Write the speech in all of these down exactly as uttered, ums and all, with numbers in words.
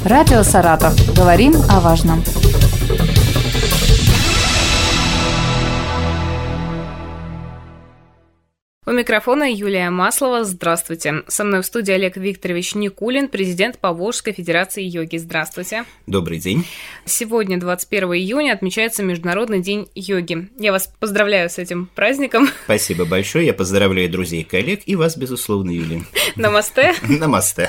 Радио «Саратов». Говорим о важном. У микрофона Юлия Маслова. Здравствуйте. Со мной в студии Олег Викторович Никулин, президент Поволжской федерации йоги. Здравствуйте. Добрый день. Сегодня, двадцать первого июня, отмечается Международный день йоги. Я вас поздравляю с этим праздником. Спасибо большое. Я поздравляю друзей и коллег, и вас, безусловно, Юлия. Намасте. Намасте.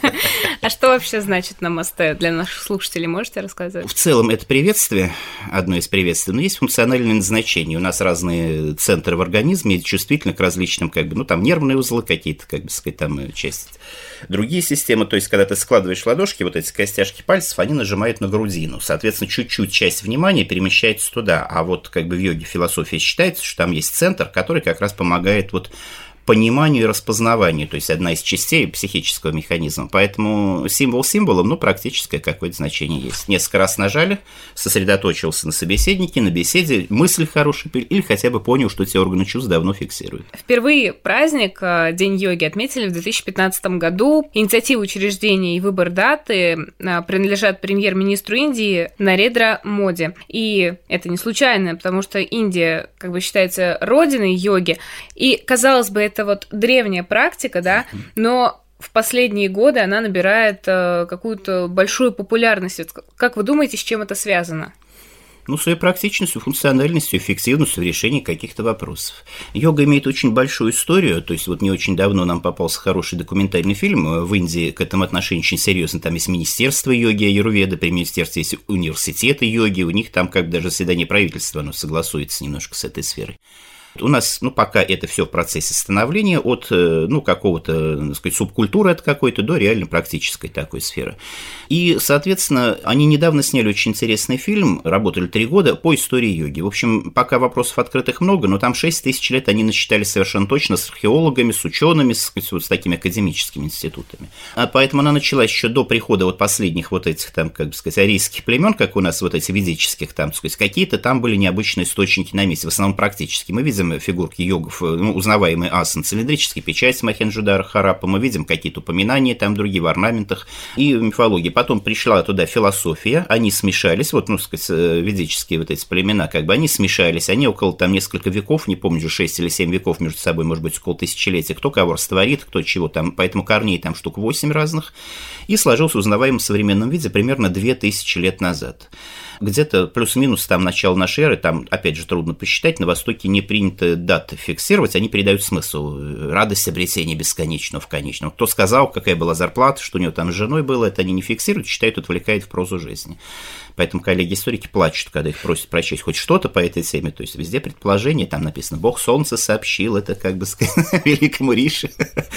А что вообще значит намасте для наших слушателей? Можете рассказать? В целом, это приветствие, одно из приветствий, но есть функциональное назначение. У нас разные центры в организме, чувствительны к различным как бы, ну, там нервные узлы какие-то, как бы сказать, там части. Другие системы, то есть, когда ты складываешь ладошки, вот эти костяшки пальцев, они нажимают на грудину. Соответственно, чуть-чуть часть внимания перемещается туда. А вот как бы в йоге, философии считается, что там есть центр, который как раз помогает вот пониманию и распознаванию, то есть одна из частей психического механизма. Поэтому символ символом, ну, практическое какое-то значение есть. Несколько раз нажали, сосредоточился на собеседнике, на беседе, мысль хорошая, или хотя бы понял, что те органы чувств давно фиксируют. Впервые праздник День йоги отметили в две тысячи пятнадцатом году. Инициатива учреждения и выбор даты принадлежат премьер-министру Индии Нарендра Моди. И это не случайно, потому что Индия, как бы, считается родиной йоги. И, казалось бы, это Это вот древняя практика, да, но в последние годы она набирает э, какую-то большую популярность. Как вы думаете, с чем это связано? Ну, своей практичностью, функциональностью, эффективностью в решении каких-то вопросов. Йога имеет очень большую историю, то есть вот не очень давно нам попался хороший документальный фильм, в Индии к этому отношение очень серьезно, там есть Министерство йоги, аюрведы, при министерстве есть университеты йоги, у них там как бы даже заседание правительства, оно согласуется немножко с этой сферой. У нас, ну, пока это все в процессе становления от, ну, какого-то, так сказать, субкультуры от какой-то до реально практической такой сферы. И, соответственно, они недавно сняли очень интересный фильм, работали три года по истории йоги. В общем, пока вопросов открытых много, но там шесть тысяч лет они насчитали совершенно точно с археологами, с учеными, с, вот, с такими академическими институтами. А поэтому она началась еще до прихода вот последних вот этих, там, как бы сказать, арийских племен, как у нас вот эти ведических, там, так сказать, какие-то там были необычные источники на месте, в основном практически. Мы видим фигурки йогов, ну, узнаваемый асан, цилиндрический печать Мохенджо-Даро Хараппа, мы видим какие-то упоминания там другие в орнаментах и в мифологии. Потом пришла туда философия, они смешались, вот, ну, сказать, ведические вот эти племена, как бы они смешались, они около там несколько веков, не помню, уже шесть или семь веков между собой, может быть, около тысячелетия, кто кого растворит, кто чего там, поэтому корней там штук восемь разных, и сложился в узнаваемом современном виде примерно две тысячи лет назад. Где-то плюс-минус там начало нашей эры, там, опять же, трудно посчитать, на Востоке не принято даты фиксировать, они передают смысл, радость обретения бесконечного в конечном. Кто сказал, какая была зарплата, что у него там с женой было, это они не фиксируют, считают, отвлекает в прозу жизни. Поэтому коллеги-историки плачут, когда их просят прочесть хоть что-то по этой теме, то есть везде предположение, там написано «Бог Солнца сообщил», это как бы великому Риши,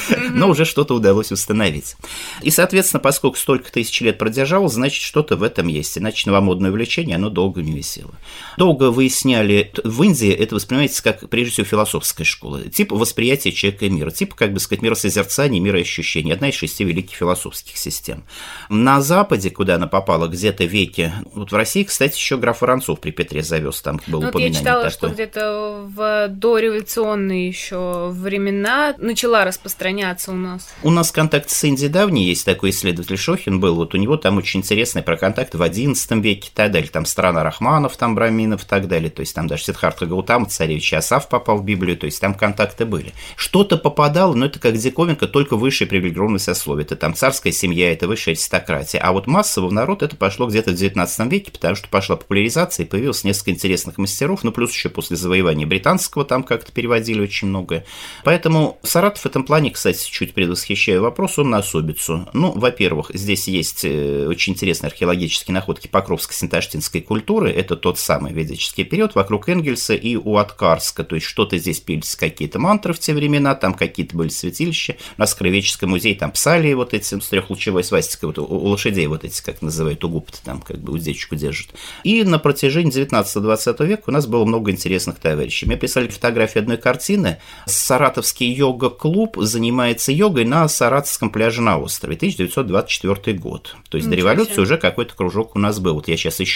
но уже что-то удалось установить. И, соответственно, поскольку столько тысяч лет продержалось, значит, что-то в этом есть, иначе новомодное увлечение, оно долго не висело. Долго выясняли, в Индии это воспринимается как, прежде всего, философская школа, тип восприятия человека и мира, тип, как бы сказать, миросозерцания, мироощущения, одна из шести великих философских систем. На Западе, куда она попала, где-то веке, вот в России, кстати, еще граф Воронцов при Петре завез, там было ну, упоминание. Я читала, такое. Что где-то в дореволюционные еще времена начала распространяться у нас. У нас контакт с Индией давний, есть такой исследователь Шохин был, вот у него там очень интересный про контакт в одиннадцатом веке и так далее, там страна Рахманов, там браминов и так далее, то есть там даже Сиддхартха Гаутама, царевич Асаф попал в Библию, то есть там контакты были. Что-то попадало, но это как диковинка, только высшее привилегированное сословие, это там царская семья, это высшая аристократия, а вот массово в народ это пошло где-то в девятнадцатом веке, потому что пошла популяризация, и появилось несколько интересных мастеров, ну, плюс еще после завоевания британского там как-то переводили очень многое. Поэтому Саратов в этом плане, кстати, чуть предвосхищаю вопрос, он на особицу. Ну, во-первых, здесь есть очень интересные археологические находки Покровско-Синташтинской культуры, это тот самый ведический период вокруг Энгельса и у Аткарска, то есть что-то здесь пились какие-то мантры в те времена, там какие-то были святилища, у нас краеведческий музей, там псалии вот эти с трехлучевой свастикой, вот у лошадей вот эти, как называют, у гупта, там как бы уздечку держит. И на протяжении девятнадцатого-двадцатого века у нас было много интересных товарищей. Мне прислали фотографию одной картины. Саратовский йога-клуб занимается йогой на Саратовском пляже на острове. тысяча девятьсот двадцать четвёртый год. То есть до революции уже какой-то кружок у нас был. Вот я сейчас ищу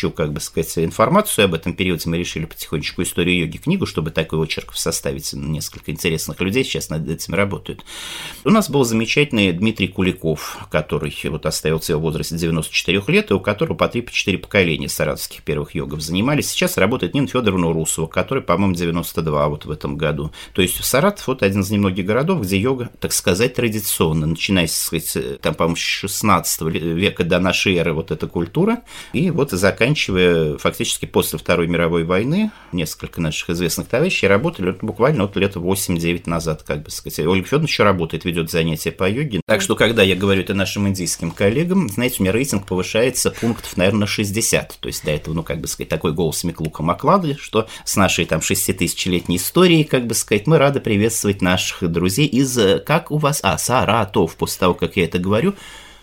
ищу, как бы сказать, информацию об этом периоде, мы решили потихонечку историю йоги книгу, чтобы такой очерк составить. Несколько интересных людей сейчас над этим работают. У нас был замечательный Дмитрий Куликов, который вот оставился в возрасте девяноста четырёх лет, и у которого по три-четыре поколения саратовских первых йогов занимались. Сейчас работает Нина Федоровна Урусова, которой, по-моему, девяносто два вот в этом году. То есть Саратов вот один из немногих городов, где йога, так сказать, традиционно, начиная с, там, по-моему, шестнадцатого века до нашей эры вот эта культура, и вот заканчивая фактически после Второй мировой войны, несколько наших известных товарищей работали вот, буквально вот лет восемь-девять назад, как бы сказать. Ольга Федоровна еще работает, ведет занятия по йоге. Так что, когда я говорю это нашим индийским коллегам, знаете, у меня рейтинг повышается пунктов, наверное, на шестьдесят. То есть до этого, ну, как бы сказать, такой голос Миклука Маклады, что с нашей там шеститысячелетней историей, как бы сказать, мы рады приветствовать наших друзей из, как у вас, а, Саратов, после того, как я это говорю,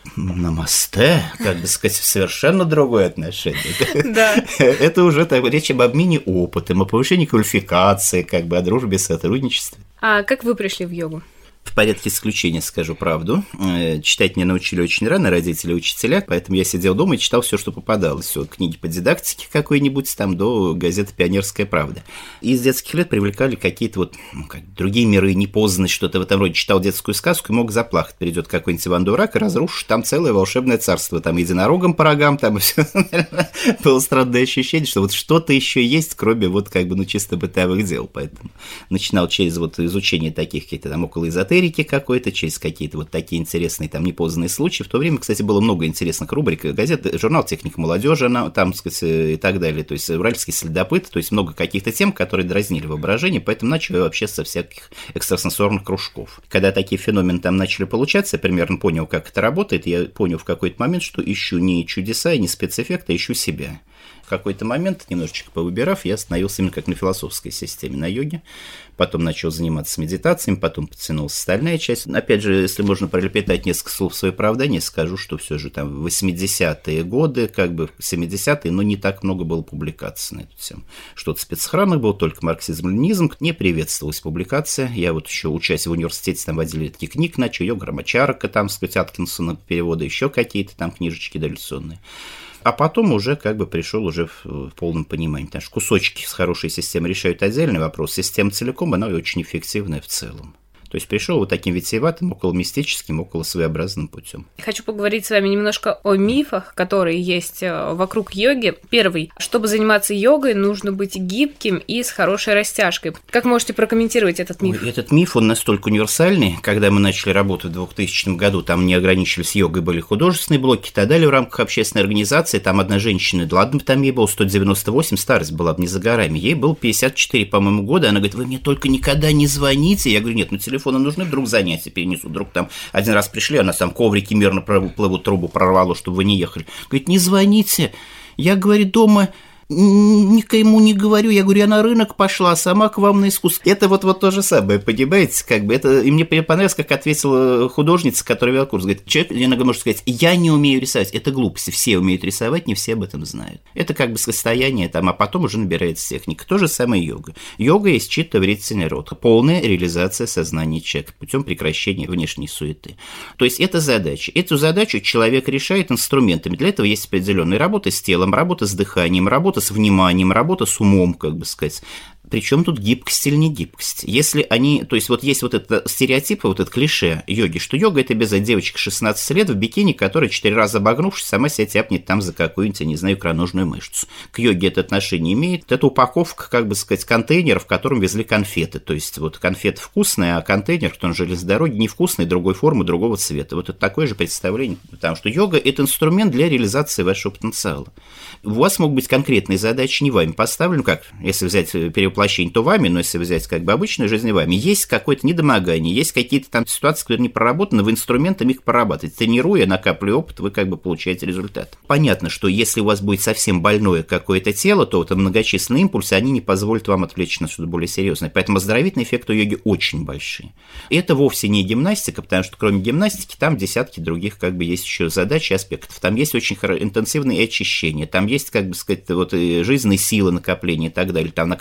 намасте, как бы сказать, совершенно другое отношение. Да. Это уже так, речь об обмене опытом, о повышении квалификации, как бы о дружбе, сотрудничестве. А как вы пришли в йогу? В порядке исключения скажу правду. Читать меня научили очень рано родители и учителя, поэтому я сидел дома и читал все, что попадалось. От книги по дидактике какой-нибудь там до газеты «Пионерская правда». И с детских лет привлекали какие-то вот ну, как, другие миры, непознанность, что-то в этом роде. Читал детскую сказку и мог заплакать. Придет какой-нибудь Иван Дурак и разрушит там целое волшебное царство. Там единорогом по рогам, там и все. Было странное ощущение, что вот что-то еще есть, кроме вот как бы ну чисто бытовых дел. Поэтому начинал через вот изучение таких каких-то там около эзотерики какой-то, через какие-то вот такие интересные там непознанные случаи. В то время, кстати, было много интересных рубрик, газет, журнал «Техника молодежи», она, там, сказать, и так далее, то есть «Уральский следопыт», то есть много каких-то тем, которые дразнили воображение, поэтому начали вообще со всяких экстрасенсорных кружков. Когда такие феномены там начали получаться, я примерно понял, как это работает, я понял в какой-то момент, что ищу не чудеса и не спецэффекты, а ищу себя. В какой-то момент, немножечко повыбирав, я остановился именно как на философской системе, на йоге. Потом начал заниматься медитациями, потом подтянулась остальная часть. Опять же, если можно пролепетать несколько слов в свое оправдание, скажу, что все же там восьмидесятые годы, как бы семидесятые, но не так много было публикаций на эту тему. Что-то в спецхранах было, только марксизм-ленинизм. Не приветствовалась публикация. Я вот еще, учась в университете, там водили такие книг, начал йога Рамачарака, там, сказать, Аткинсона переводы, еще какие-то там книжечки дореволюционные. А потом уже как бы пришел уже в, в полном понимании. Потому что кусочки с хорошей системой решают отдельный вопрос. Система целиком, она очень эффективная в целом. То есть пришел вот таким витиеватым, около мистическим, около своеобразным путем. Хочу поговорить с вами немножко о мифах, которые есть вокруг йоги. Первый. Чтобы заниматься йогой, нужно быть гибким и с хорошей растяжкой. Как можете прокомментировать этот миф? Ой, этот миф, он настолько универсальный. Когда мы начали работать в двухтысячном году, там не ограничивались йогой, были художественные блоки и так далее в рамках общественной организации. Там одна женщина, да ладно, там ей было сто девяносто восемь, старость была бы не за горами. Ей было пятьдесят четыре, по-моему, года. Она говорит, вы мне только никогда не звоните. Я говорю, нет, ну телефон Телефоны нужны, вдруг занятия перенесут. Вдруг там один раз пришли, а у нас там коврики мирно плывут, трубу прорвало, чтобы вы не ехали. Говорит, не звоните. Я, говорит, дома никому не говорю. Я говорю, я на рынок пошла, сама к вам на искусство. Это вот, вот то же самое, понимаете? Как бы это... И мне понравилось, как ответила художница, которая вела курс. Говорит, человек иногда может сказать, я не умею рисовать. Это глупости. Все умеют рисовать, не все об этом знают. Это как бы состояние там, а потом уже набирается техника. То же самое йога. Йога есть читта врицательный род. Полная реализация сознания человека путем прекращения внешней суеты. То есть это задача. Эту задачу человек решает инструментами. Для этого есть определенная работа с телом, работа с дыханием, работа с вниманием, работа с умом, как бы сказать. Причем тут гибкость или не гибкость? Если они, то есть вот есть вот это стереотип, вот это клише йоги, что йога это обязательно девочка шестнадцати лет в бикини, которая четыре раза обогнувшись, сама себя тяпнет там за какую-нибудь, я не знаю, икроножную мышцу. К йоге это отношение имеет. Это упаковка, как бы сказать, контейнера, в котором везли конфеты. То есть вот конфеты вкусные, а контейнер, кто на железной дороге, невкусный, другой формы, другого цвета. Вот это такое же представление, потому что йога это инструмент для реализации вашего потенциала. У вас могут быть конкретные задачи, не вами поставлены, как, если взять перевоплощение, то вами, но если взять как бы обычную жизнь вами, есть какое-то недомогание, есть какие-то там ситуации, которые не проработаны, вы инструментами их прорабатываете. Тренируя, накапливая опыт, вы как бы получаете результат. Понятно, что если у вас будет совсем больное какое-то тело, то вот многочисленные импульсы, они не позволят вам отвлечься на что-то более серьезное. Поэтому оздоровительный эффект у йоги очень большой. И это вовсе не гимнастика, потому что кроме гимнастики там десятки других как бы есть еще задач и аспектов. Там есть очень интенсивные очищения, там есть, как бы сказать, вот жизненные силы накопления и так далее. Там на каком-то этапе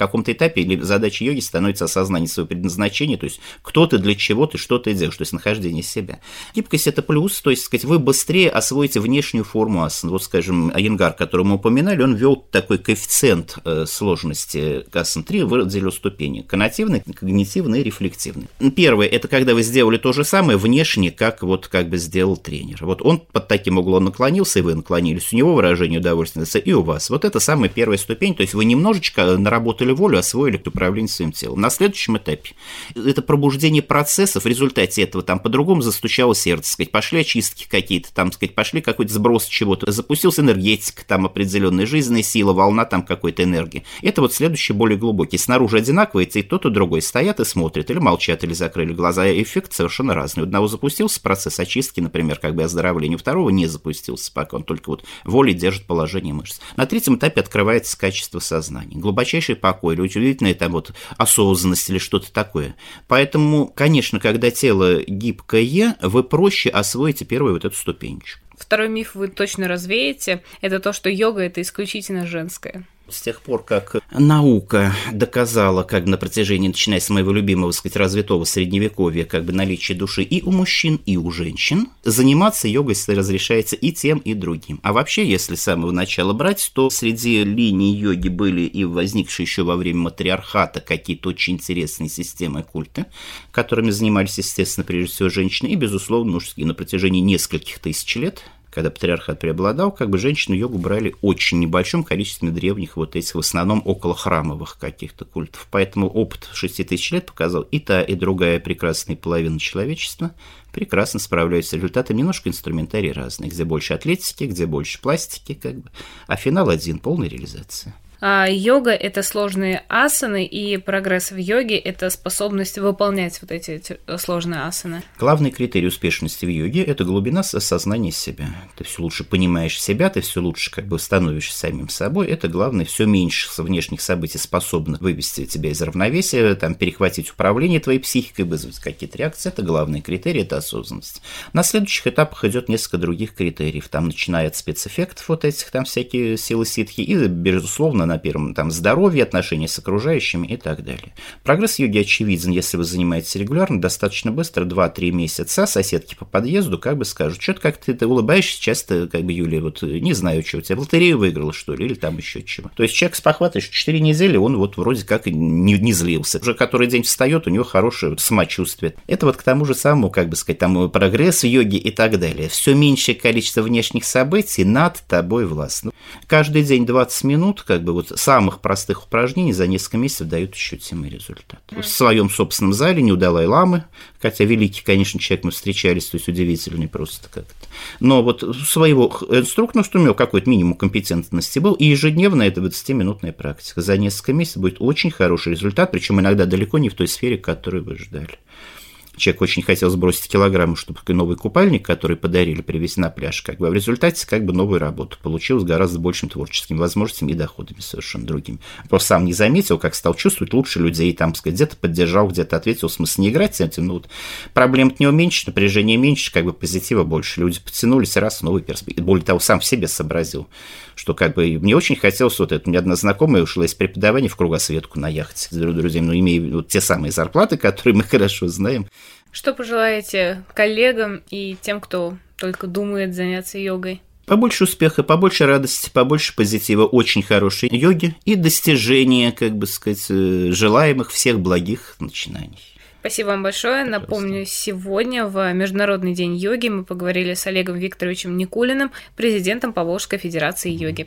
этапе или задачей йоги становится осознание своего предназначения, то есть кто ты, для чего ты, что ты делаешь, то есть нахождение себя. Гибкость – это плюс, то есть, сказать, вы быстрее освоите внешнюю форму асан. Вот, скажем, Айенгар, которого мы упоминали, он ввел такой коэффициент сложности асан три, выделил ступени: когнитивный, когнитивный и рефлективный. Первое – это когда вы сделали то же самое внешне, как вот как бы сделал тренер. Вот он под таким углом наклонился, и вы наклонились, у него выражение удовольствия, и у вас. Вот это самая первая ступень, то есть вы немножечко наработали волю, освоили управление своим телом. На следующем этапе это пробуждение процессов, в результате этого там по-другому застучало сердце, сказать, пошли очистки какие-то, там, сказать, пошли какой-то сброс чего-то, запустился энергетика, там определенная жизненная сила, волна там какой-то энергии. Это вот следующий более глубокий. Снаружи одинаковые, и тот, и другой стоят и смотрят, или молчат, или закрыли глаза. Эффект совершенно разный. У одного запустился процесс очистки, например, как бы оздоровления, у второго не запустился пока, он только вот волей держит положение мышц. На третьем этапе открывается качество сознания. Глубочайший покой, или удивительная там вот осознанность, или что-то такое. Поэтому, конечно, когда тело гибкое, вы проще освоите первую вот эту ступенечку. Второй миф вы точно развеете. Это то, что йога – это исключительно женское. С тех пор, как наука доказала, как на протяжении, начиная с моего любимого, сказать, развитого средневековья, как бы наличие души и у мужчин, и у женщин, заниматься йогой разрешается и тем, и другим. А вообще, если с самого начала брать, то среди линий йоги были и возникшие еще во время матриархата какие-то очень интересные системы культа, которыми занимались, естественно, прежде всего женщины, и, безусловно, мужские. На протяжении нескольких тысяч лет, когда патриархат преобладал, как бы женщины йогу брали очень небольшом количестве древних вот этих, в основном около храмовых каких-то культов. Поэтому опыт шести тысяч лет показал, и та, и другая прекрасная половина человечества прекрасно справляются с результатами. Немножко инструментарий разный, где больше атлетики, где больше пластики, как бы, а финал один – полная реализация. А йога – это сложные асаны, и прогресс в йоге – это способность выполнять вот эти сложные асаны. Главный критерий успешности в йоге – это глубина осознания себя. Ты все лучше понимаешь себя, ты все лучше как бы становишься самим собой. Это главное, все меньше внешних событий способно вывести тебя из равновесия, там, перехватить управление твоей психикой, вызвать какие-то реакции. Это главный критерий, это осознанность. На следующих этапах идет несколько других критериев. Там, начиная от спецэффектов вот этих, там всякие силы ситхи, и, безусловно, на первом там здоровье, отношения с окружающими и так далее. Прогресс йоги очевиден, если вы занимаетесь регулярно, достаточно быстро, два-три месяца, соседки по подъезду как бы скажут, что-то как ты, ты улыбаешься часто, как бы, Юлия, вот не знаю, что у тебя, в лотерею выиграла, что ли, или там еще чего. То есть человек спохватываешь, четыре недели, он вот вроде как не, не злился. Уже который день встает, у него хорошее самочувствие. Это вот к тому же самому, как бы сказать, там прогресс в йоге и так далее. Все меньшее количество внешних событий над тобой властно. Каждый день двадцать минут, как бы, вот самых простых упражнений за несколько месяцев дают ощутимый результат. В своем собственном зале, не у Далай-ламы, хотя великий, конечно, человек, мы встречались, то есть удивительный просто как-то. Но вот своего инструктора, что у него какой-то минимум компетентности был, и ежедневно это двадцатиминутная практика. За несколько месяцев будет очень хороший результат, причем иногда далеко не в той сфере, которую вы ждали. Человек очень хотел сбросить килограммы, чтобы новый купальник, который подарили, привезти на пляж. Как бы. А в результате как бы новую работу получил с гораздо большим творческими возможностями и доходами совершенно другими. Просто сам не заметил, как стал чувствовать лучше людей, там, сказать, где-то поддержал, где-то ответил, в смысле не играть с этим, ну вот проблем не уменьшить, напряжение меньше, как бы позитива больше. Люди подтянулись, раз, новый перспектив. Более того, сам в себе сообразил, что как бы мне очень хотелось вот это. У меня одна знакомая ушла из преподавания в кругосветку на яхте с друзьями, но имея вот те самые зарплаты, которые мы хорошо знаем. Что пожелаете коллегам и тем, кто только думает заняться йогой? Побольше успеха, побольше радости, побольше позитива, очень хорошей йоги и достижения, как бы сказать, желаемых всех благих начинаний. Спасибо вам большое. Напомню, сегодня в Международный день йоги мы поговорили с Олегом Викторовичем Никулиным, президентом Поволжской федерации йоги.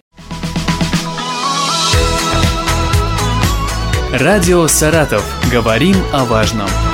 Радио «Саратов». Говорим о важном.